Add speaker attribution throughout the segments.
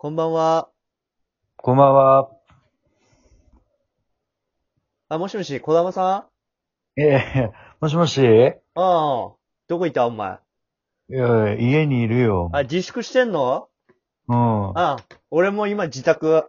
Speaker 1: こんばんは。
Speaker 2: こんばんは。
Speaker 1: あ、もしもし、小玉さ
Speaker 2: もしもし。
Speaker 1: んああ、どこいたお前。
Speaker 2: 家にいるよ。
Speaker 1: あ、自粛してんの？
Speaker 2: うん。
Speaker 1: あ、俺も今自宅。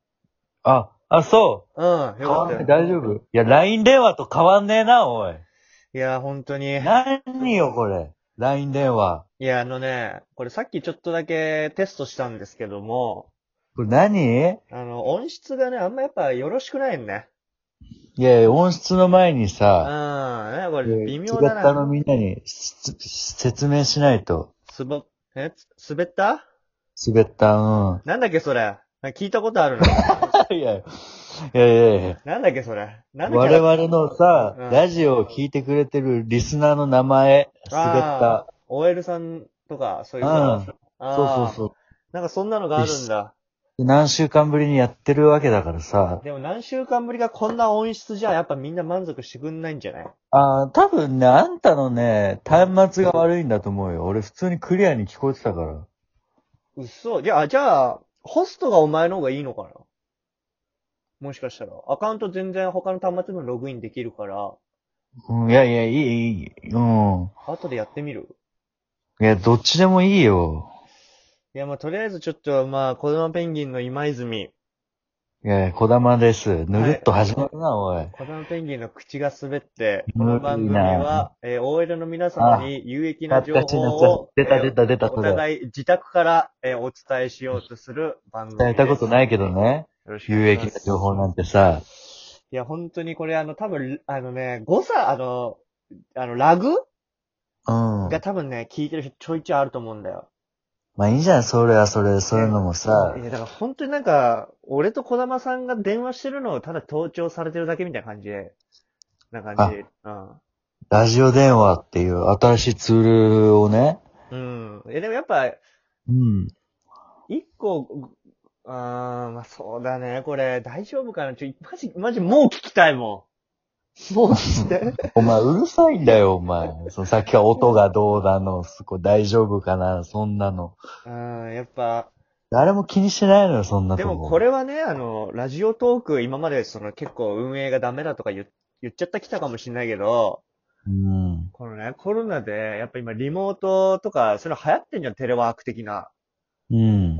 Speaker 2: そ
Speaker 1: うん、
Speaker 2: う。変わんない、
Speaker 1: よかったよ。
Speaker 2: 大丈夫。いや、LINE 電話と変わんねえな、おい。
Speaker 1: いや、本当に。
Speaker 2: 何よ、これ。LINE 電話。
Speaker 1: いや、これさっきちょっとだけテストしたんですけども、
Speaker 2: これ何？
Speaker 1: 音質がね、あんまやっぱよろしくないよね。
Speaker 2: いや、音質の前に
Speaker 1: うん、
Speaker 2: さ、
Speaker 1: これ微
Speaker 2: 違
Speaker 1: 妙だな。
Speaker 2: ったのみんなに説明しないと。
Speaker 1: すぼ、滑った？
Speaker 2: 滑った、うん。
Speaker 1: なんだっけそれ。聞いたことあるな。
Speaker 2: いや、いやいやいや。
Speaker 1: なんだっけそれ。なんだっけ
Speaker 2: 我々のさ、
Speaker 1: うん。
Speaker 2: ラジオを聞いてくれてるリスナーの名前、滑っ
Speaker 1: ああ、
Speaker 2: た。
Speaker 1: OL さんとか、そういう
Speaker 2: う
Speaker 1: こと？あ
Speaker 2: ん。そうそう
Speaker 1: あ、
Speaker 2: そ
Speaker 1: なんかそんなのが
Speaker 2: う。
Speaker 1: あるんだ。
Speaker 2: 何週間ぶりにやってるわけだからさ。
Speaker 1: でも何週間ぶりがこんな音質じゃ、やっぱみんな満足してくんないんじゃない？
Speaker 2: 多分ね、あんたのね、端末が悪いんだと思うよ。俺普通にクリアに聞こえてたから。
Speaker 1: 嘘。じゃあ、ホストがお前の方がいいのかな？もしかしたら。アカウント全然他の端末でもログインできるから、
Speaker 2: うん、いやいや、いい、いい。うん。
Speaker 1: 後でやってみる？
Speaker 2: いや、どっちでもいいよ。
Speaker 1: いや、まあ、とりあえずちょっと、まあ、子供ペンギンの今泉。
Speaker 2: いやいや、小玉です。ぬる
Speaker 1: はい。
Speaker 2: っと始まるな、おい。
Speaker 1: 子供ペンギンの口が滑って、この
Speaker 2: むずい
Speaker 1: 番組
Speaker 2: な。
Speaker 1: は、OL の皆様
Speaker 2: あ、
Speaker 1: に有益な
Speaker 2: カチカ
Speaker 1: 情
Speaker 2: チになっちゃう。
Speaker 1: 報を、
Speaker 2: 出た、
Speaker 1: お
Speaker 2: それ。
Speaker 1: 互い自宅から、お伝えしようとする番
Speaker 2: 伝えた
Speaker 1: 組です。
Speaker 2: ことないけどね。
Speaker 1: よろしくお願
Speaker 2: 有益な
Speaker 1: いします。
Speaker 2: 情報なんてさ。
Speaker 1: いや、本当にこれ多分、誤差、ラグ
Speaker 2: うん。
Speaker 1: が多分ね、聞いてる人ちょいちょいあると思うんだよ。
Speaker 2: まあいいじゃん、それはそれ、そういうの
Speaker 1: ね。
Speaker 2: もさ。
Speaker 1: いや、だから本当になんか、俺と小玉さんが電話してるのをただ盗聴されてるだけみたいな感じで、な感じ。
Speaker 2: あ、
Speaker 1: うん。
Speaker 2: ラジオ電話っていう新しいツールをね。
Speaker 1: うん。でもやっぱ、
Speaker 2: うん。
Speaker 1: 一個、まあそうだね。これ、大丈夫かなマジ、もう聞きたいもん。もう聞きたい。
Speaker 2: お前うるさいんだよ、お前。さっきは音がどうだの、大丈夫かな、そんなの。
Speaker 1: うん、やっぱ、
Speaker 2: 誰も気にしてないのよ、そんな
Speaker 1: でもこ
Speaker 2: とこ。
Speaker 1: れはね、ラジオトーク、今まで結構運営がダメだとか言っちゃったきたかもしれないけど、
Speaker 2: うん。
Speaker 1: このね、コロナで、やっぱ今リモートとか、それ流行ってんじゃん、テレワーク的な。
Speaker 2: うん。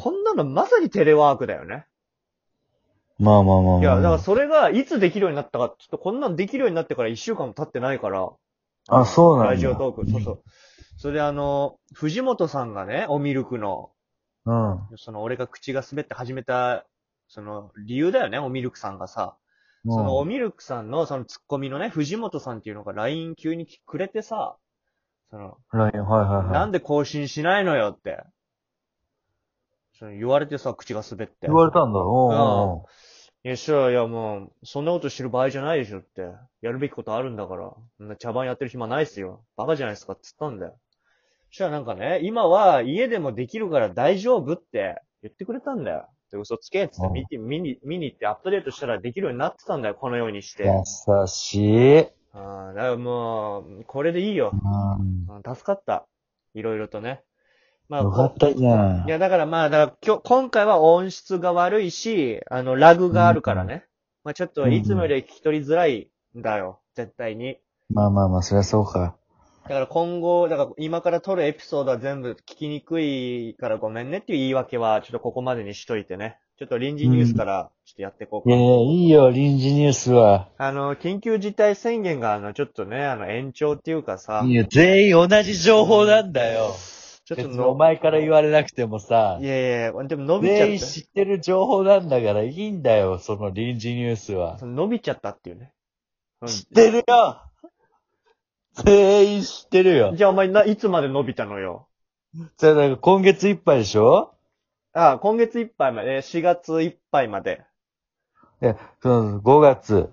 Speaker 1: こんなのまさにテレワークだよね。
Speaker 2: まあまあまあ
Speaker 1: いや、だから
Speaker 2: ま
Speaker 1: それがいつできるようになったか、ちょっとこんなのできるようになってから一週間も経ってないから、
Speaker 2: あ。あ、そうな
Speaker 1: ラ
Speaker 2: んだ。
Speaker 1: ジオトーク、そうそう。それで藤本さんがね、おミルクの、
Speaker 2: うん。
Speaker 1: 俺が口が滑って始めた、理由だよね、おミルクさんがさ。
Speaker 2: う
Speaker 1: そのお
Speaker 2: ん。
Speaker 1: ミルクさんのそのツッコミのね、藤本さんっていうのが LINE 急にくれてさ、その、
Speaker 2: はいはいはい。
Speaker 1: なんで更新しないのよって、言われてさ、口が滑って。
Speaker 2: 言われたんだ。お
Speaker 1: うん。
Speaker 2: うおうおう。
Speaker 1: いや、いやもう、そんなことしてる場合じゃないでしょって。やるべきことあるんだから。そんな茶番やってる暇ないっすよ。バカじゃないですかって言ったんだよ。そしたらなんかね、今は家でもできるから大丈夫って言ってくれたんだよ。で、嘘つけっつって見に行ってアップデートしたらできるようになってたんだよ、このようにして。
Speaker 2: 優しい。
Speaker 1: だからもう、これでいいよ。
Speaker 2: うん。
Speaker 1: 助かった。いろいろとね。まあ、
Speaker 2: よかったじゃ
Speaker 1: いや、
Speaker 2: ん。
Speaker 1: だからまあ、今回は音質が悪いし、ラグがあ
Speaker 2: うん。
Speaker 1: るからね。まあちょっといつもよ
Speaker 2: うんうん。
Speaker 1: り聞き取りづらいんだよ。絶対に。
Speaker 2: まあまあまあ、そりゃそうか。
Speaker 1: だから今後、だから今から撮るエピソードは全部聞きにくいからごめんねっていう言い訳はちょっとここまでにしといてね。ちょっと臨時ニュース
Speaker 2: うん。
Speaker 1: からちょっとやっていこうか。
Speaker 2: いやいや、いいよ、臨時ニュースは。
Speaker 1: 緊急事態宣言がちょっとね、延長っていうかさ、
Speaker 2: いや、全員同じ情報なんだよ。
Speaker 1: ちょっと
Speaker 2: 別にお前から言われなくてもさ、
Speaker 1: いやいや、でも伸びちゃった。
Speaker 2: 全員知ってる情報なんだからいいんだよ、その臨時ニュースは。
Speaker 1: 伸びちゃったっていうね。うん。
Speaker 2: 知ってるよ。全員知ってるよ。
Speaker 1: じゃあお前いつまで伸びたのよ。
Speaker 2: じゃあ、なんか今月いっぱいでしょ？
Speaker 1: 今月いっぱいまで、4月いっぱいまで。
Speaker 2: で、5月。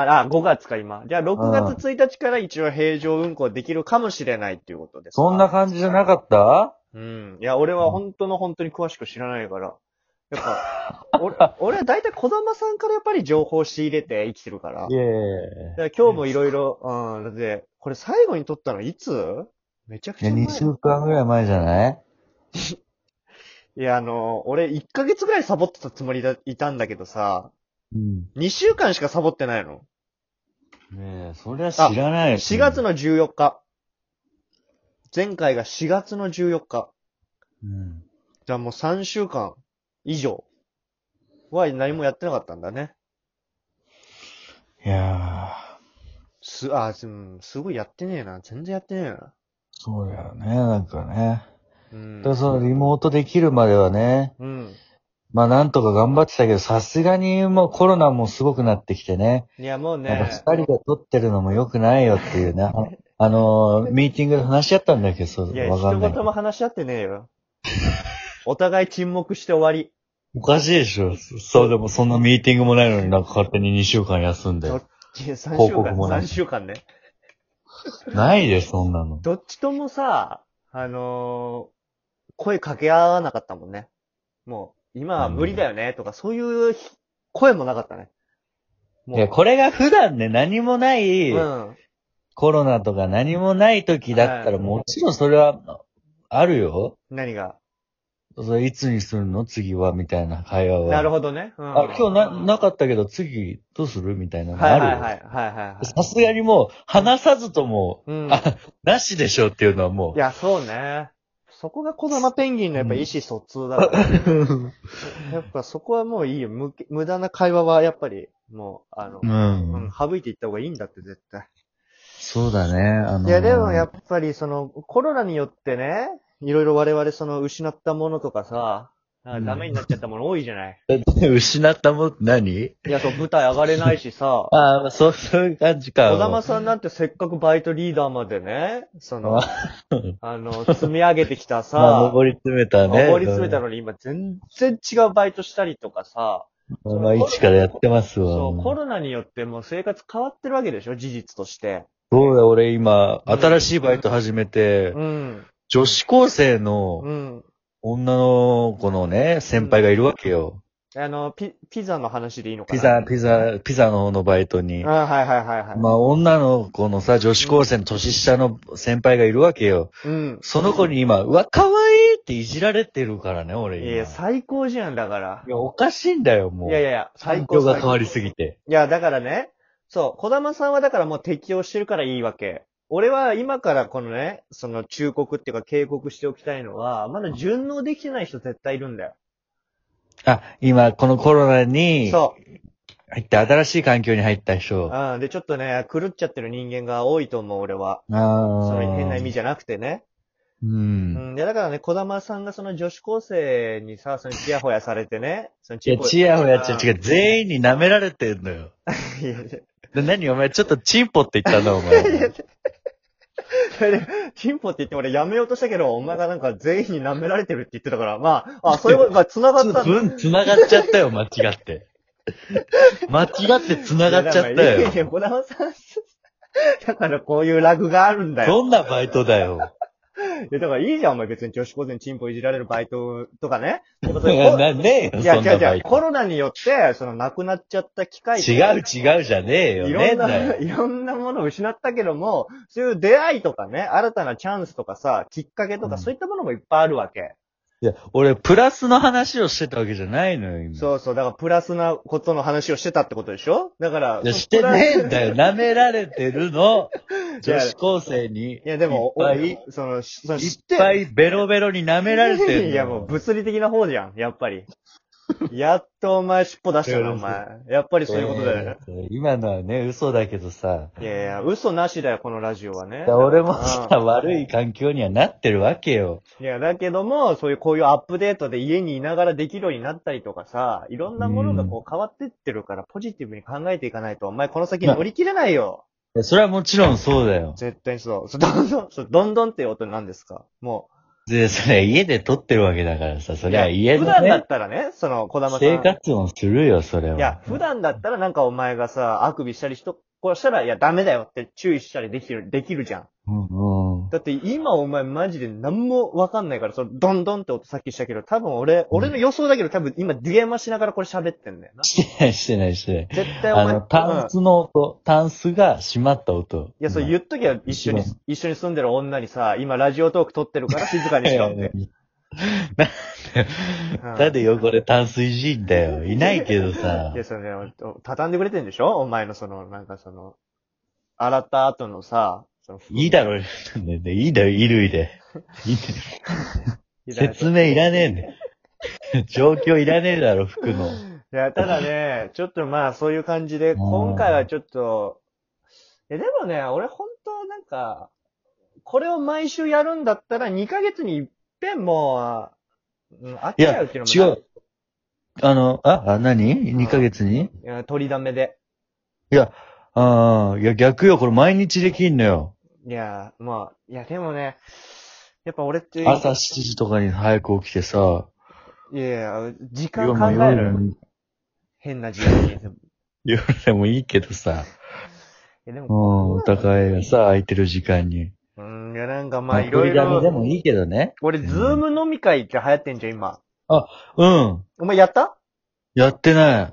Speaker 1: 5月か今。じゃあ6月
Speaker 2: うん。
Speaker 1: 1日から一応平常運行できるかもしれないっていうことです
Speaker 2: そんな
Speaker 1: か？
Speaker 2: 感じじゃなかった？
Speaker 1: うん。いや、俺は本当に詳しく知らないから。やっぱ、俺は大体小玉さんからやっぱり情報を仕入れて生きてるから。だか
Speaker 2: いやいやい
Speaker 1: ら今日もいろいろ、うん。だって、これ最後に撮ったのいつ？めちゃく
Speaker 2: や、
Speaker 1: ちゃ前。
Speaker 2: 2週間ぐらい前じゃない？
Speaker 1: いや、俺1ヶ月ぐらいサボってたつもりいたんだけどさ、
Speaker 2: うん。
Speaker 1: 2週間しかサボってないの。
Speaker 2: ねえ、それは知らないよ。
Speaker 1: 4月の14日。前回が4月の14日。
Speaker 2: うん。
Speaker 1: じゃあもう3週間以上は何もやってなかったんだね。
Speaker 2: いや
Speaker 1: すごいやってねえな。全然やってねえな。
Speaker 2: そうだよね、なんかね。
Speaker 1: うん。
Speaker 2: だからそのリモートできるまではね、
Speaker 1: うん。
Speaker 2: まあなんとか頑張ってたけど、さすがにもうコロナもすごくなってきてね。
Speaker 1: いや、もう
Speaker 2: やっぱ
Speaker 1: ね。
Speaker 2: 二人で撮ってるのも良くないよっていうね。ミーティングで話し合ったんだけど、そう、
Speaker 1: いや、
Speaker 2: わかんないけど。
Speaker 1: 一言も話し合ってねえよ。お互い沈黙して終わり。
Speaker 2: おかしいでしょ。そう、でもそんなミーティングもないのになんか勝手に2週間休んで。
Speaker 1: どっち、3
Speaker 2: 報
Speaker 1: 週間、3
Speaker 2: 告もない。
Speaker 1: 週間ね。
Speaker 2: ないで、そんなの。
Speaker 1: どっちともさ、声掛け合わなかったもんね。もう、今は無理だよね、とか、そういう声もなかったね。も
Speaker 2: いや、これが普段ね、何もない、
Speaker 1: うん。
Speaker 2: コロナとか何もない時だったら、
Speaker 1: はい
Speaker 2: もちろんそれは、あるよ。
Speaker 1: 何が
Speaker 2: それいつにするの次はみたいな会話は。
Speaker 1: なるほどね。うん。
Speaker 2: あ、今日なかったけど次どうするみたいなの
Speaker 1: はい
Speaker 2: あるよ。
Speaker 1: はいはい。はいはいはい。
Speaker 2: さすがにもう、話さずとも、
Speaker 1: うん。
Speaker 2: なしでしょっていうのはも
Speaker 1: いや、そうね。そこが小玉ペンギンのやっぱ意思疎通だから。
Speaker 2: う。
Speaker 1: やっぱそこはもういいよ。無駄な会話はやっぱり、もう、省いていった方がいいんだって絶対。
Speaker 2: そうだね。
Speaker 1: いや、でもやっぱりコロナによってね、いろいろ我々失ったものとかさ、ダメになっちゃったもの多いじゃない。
Speaker 2: 失ったもんって何？
Speaker 1: いや、舞台上がれないしさ、
Speaker 2: ああ、そういう感じか。
Speaker 1: 小玉さんなんてせっかくバイトリーダーまでね、積み上げてきた
Speaker 2: まあ、
Speaker 1: さ、
Speaker 2: 登り詰めたね。
Speaker 1: 登り詰めたのに今全然違うバイトしたりとかさ、
Speaker 2: まあ、一からやってますわ。
Speaker 1: そう、コロナによってもう生活変わってるわけでしょ、事実として。
Speaker 2: そうだ、俺今、
Speaker 1: うん
Speaker 2: 新しいバイト始めて、
Speaker 1: うん。
Speaker 2: 女子高生の
Speaker 1: うん。
Speaker 2: 女の子のね、先輩がいるわけよ。
Speaker 1: ピザの話でいいのかな
Speaker 2: ピザの方のバイトに。
Speaker 1: はいはいはいはい。
Speaker 2: まあ、女の子のさ、女子高生の年下の先輩がいるわけよ。
Speaker 1: うん。
Speaker 2: その子に今、うわ、可愛いっていじられてるからね、俺今。
Speaker 1: いや、最高じゃん、だから。
Speaker 2: いや、おかしいんだよ、もう。
Speaker 1: いやいやいや、最
Speaker 2: 環
Speaker 1: 高
Speaker 2: 境が変わりすぎて。
Speaker 1: いや、だからね、そう、小玉さんはだからもう適応してるからいいわけ。俺は今からこのね、忠告っていうか警告しておきたいのは、まだ順応できてない人絶対いるんだよ。
Speaker 2: あ、今、このコロナに、
Speaker 1: そう。
Speaker 2: 入って新しい環境に入った人。
Speaker 1: うん。で、ちょっとね、狂っちゃってる人間が多いと思う、俺は。
Speaker 2: ああ。
Speaker 1: 変な意味じゃなくてね。
Speaker 2: う。
Speaker 1: うんん。で、だからね、小玉さんが女子高生にさ、チヤホヤされてね、
Speaker 2: いや、チヤホヤ違う。全員に舐められてんのよ。
Speaker 1: いやいや
Speaker 2: で何お前、ちょっとチンポって言ったんだ、お前。
Speaker 1: それで、チンポって言って俺やめようとしたけど、お前がなんか全員に舐められてるって言ってたから、まあ、そういうことが繋がったんだ。
Speaker 2: 繋がっちゃったよ、間違って。間違って繋がっちゃったよ。
Speaker 1: いや、小玉さん、だからこういうラグがあるんだよ。
Speaker 2: どんなバイトだよ。
Speaker 1: いや、だからいいじゃん、お前別に女子高生にチンポいじられるバイトとかね。
Speaker 2: いや、ねえよ、
Speaker 1: いや、
Speaker 2: そんなバイト。
Speaker 1: コロナによって、亡くなっちゃった機会
Speaker 2: 違うじゃねえよ。
Speaker 1: いろんなものを失ったけども、そういう出会いとかね、新たなチャンスとかさ、きっかけとか、そういったものもいっぱいあるわけ。
Speaker 2: いや、俺、プラスの話をしてたわけじゃないのよ、今。
Speaker 1: そうそう、だからプラスなことの話をしてたってことでしょだから。
Speaker 2: いや、してねえんだよ。舐められてるの。女子高生に。
Speaker 1: いや、でも、
Speaker 2: いっ
Speaker 1: 知
Speaker 2: ぱいベロベロに舐められてるの。
Speaker 1: いや、もう物理的な方じゃん、やっぱり。やっとお前尻尾出したな、お前。やっぱりそういうことだよね。
Speaker 2: 今のはね、嘘だけどさ。
Speaker 1: いやいや、嘘なしだよ、このラジオはね。
Speaker 2: 俺もさ、悪い環境にはなってるわけよ。
Speaker 1: いや、だけども、こういうアップデートで家にいながらできるようになったりとかさ、いろんなものがこう変わってってるから、ポジティブに考えていかないと、お前この先乗り切れないよ。
Speaker 2: それはもちろんそうだよ。
Speaker 1: 絶対にそう。どんどんって音なんですかもう。
Speaker 2: で、それ家で撮ってるわけだからさ、そりゃ家で、ね。
Speaker 1: 普段だったらね、小玉さん。
Speaker 2: 生活音するよ、それは。
Speaker 1: いや、普段だったらなんかお前がさ、あくびしたりこうしたら、いや、ダメだよって注意したりできるじゃん。
Speaker 2: うんうん。
Speaker 1: だって今お前マジで何もわかんないから、ドンドンって音さっきしたけど、多分俺の予想だけど多分今ディレマしながらこれ喋ってんだよな。
Speaker 2: してない。絶
Speaker 1: 対お前
Speaker 2: タンスの音、タンスが閉まった音。
Speaker 1: いや、そう言っときゃ一緒に住んでる女にさ、今ラジオトーク撮ってるから静かにしろって。
Speaker 2: なんで横で淡水じいんだよ。いないけどさ
Speaker 1: い。や、そのね、畳んでくれてんでしょお前のなんか洗った後のさ、
Speaker 2: いいだろ、ね、いいだよ、衣類で。いい説明いらねえねん。状況いらねえだろ、服の。
Speaker 1: いや、ただね、ちょっとまあそういう感じで、今回はちょっと、でもね、俺本当なんか、これを毎週やるんだったら2ヶ月に一遍もう、飽きちゃうっていうのも
Speaker 2: 違う。何 ?2 ヶ月に
Speaker 1: いや、取りだめで。
Speaker 2: いや、逆よ、これ毎日できんのよ。
Speaker 1: いや、まあ、いやでもね、やっぱ俺って、
Speaker 2: 朝7時とかに早く起きてさ、
Speaker 1: いやいや、時間考える。変な時間に。
Speaker 2: 夜でもいいけどさ。
Speaker 1: でも
Speaker 2: お互いがさ、空いてる時間に。
Speaker 1: いやなんかまあいろい
Speaker 2: 取りだめで
Speaker 1: ろ。
Speaker 2: もいいけどね。
Speaker 1: 俺、ズーム飲み会って流行ってんじゃん、今。
Speaker 2: うん。
Speaker 1: お前やった？
Speaker 2: やってない。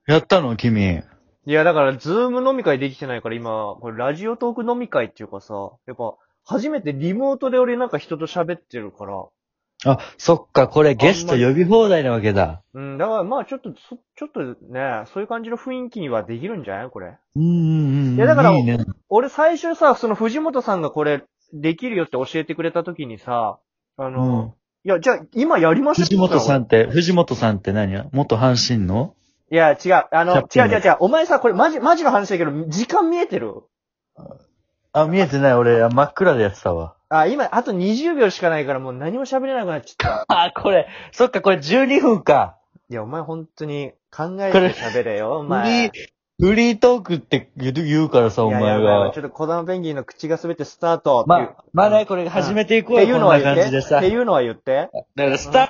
Speaker 2: やったの君。
Speaker 1: いや、だから、ズーム飲み会できてないから今、これラジオトーク飲み会っていうかさ、やっぱ、初めてリモートで俺なんか人と喋ってるから。
Speaker 2: そっか、これゲスト呼び放題なわけだ。
Speaker 1: だからまあちょっとね、そういう感じの雰囲気にはできるんじゃないこれ。
Speaker 2: い
Speaker 1: やだから
Speaker 2: いいね。
Speaker 1: 俺最初さ、その藤本さんがこれ、できるよって教えてくれた時にさ、いや、じゃあ今やります
Speaker 2: 藤本さんって何や元阪神の
Speaker 1: いや、違う。
Speaker 2: キャプテン
Speaker 1: 違う。お前さ、これマジの話だけど、時間見えてる？
Speaker 2: 見えてない。俺、真っ暗でやってたわ。
Speaker 1: 今、あと20秒しかないからもう何も喋れなくなっちゃった。
Speaker 2: そっか、これ12分か。
Speaker 1: いや、お前本当に考えて喋れよ、お前。
Speaker 2: フリートークって言うからさ、お前が。
Speaker 1: ちょっと小玉ペンギンの口が滑ってスタート。
Speaker 2: まあね、これ始めていこうよ、
Speaker 1: っていうのは
Speaker 2: こんな感じでさ。
Speaker 1: っていうのは言って。
Speaker 2: だからスター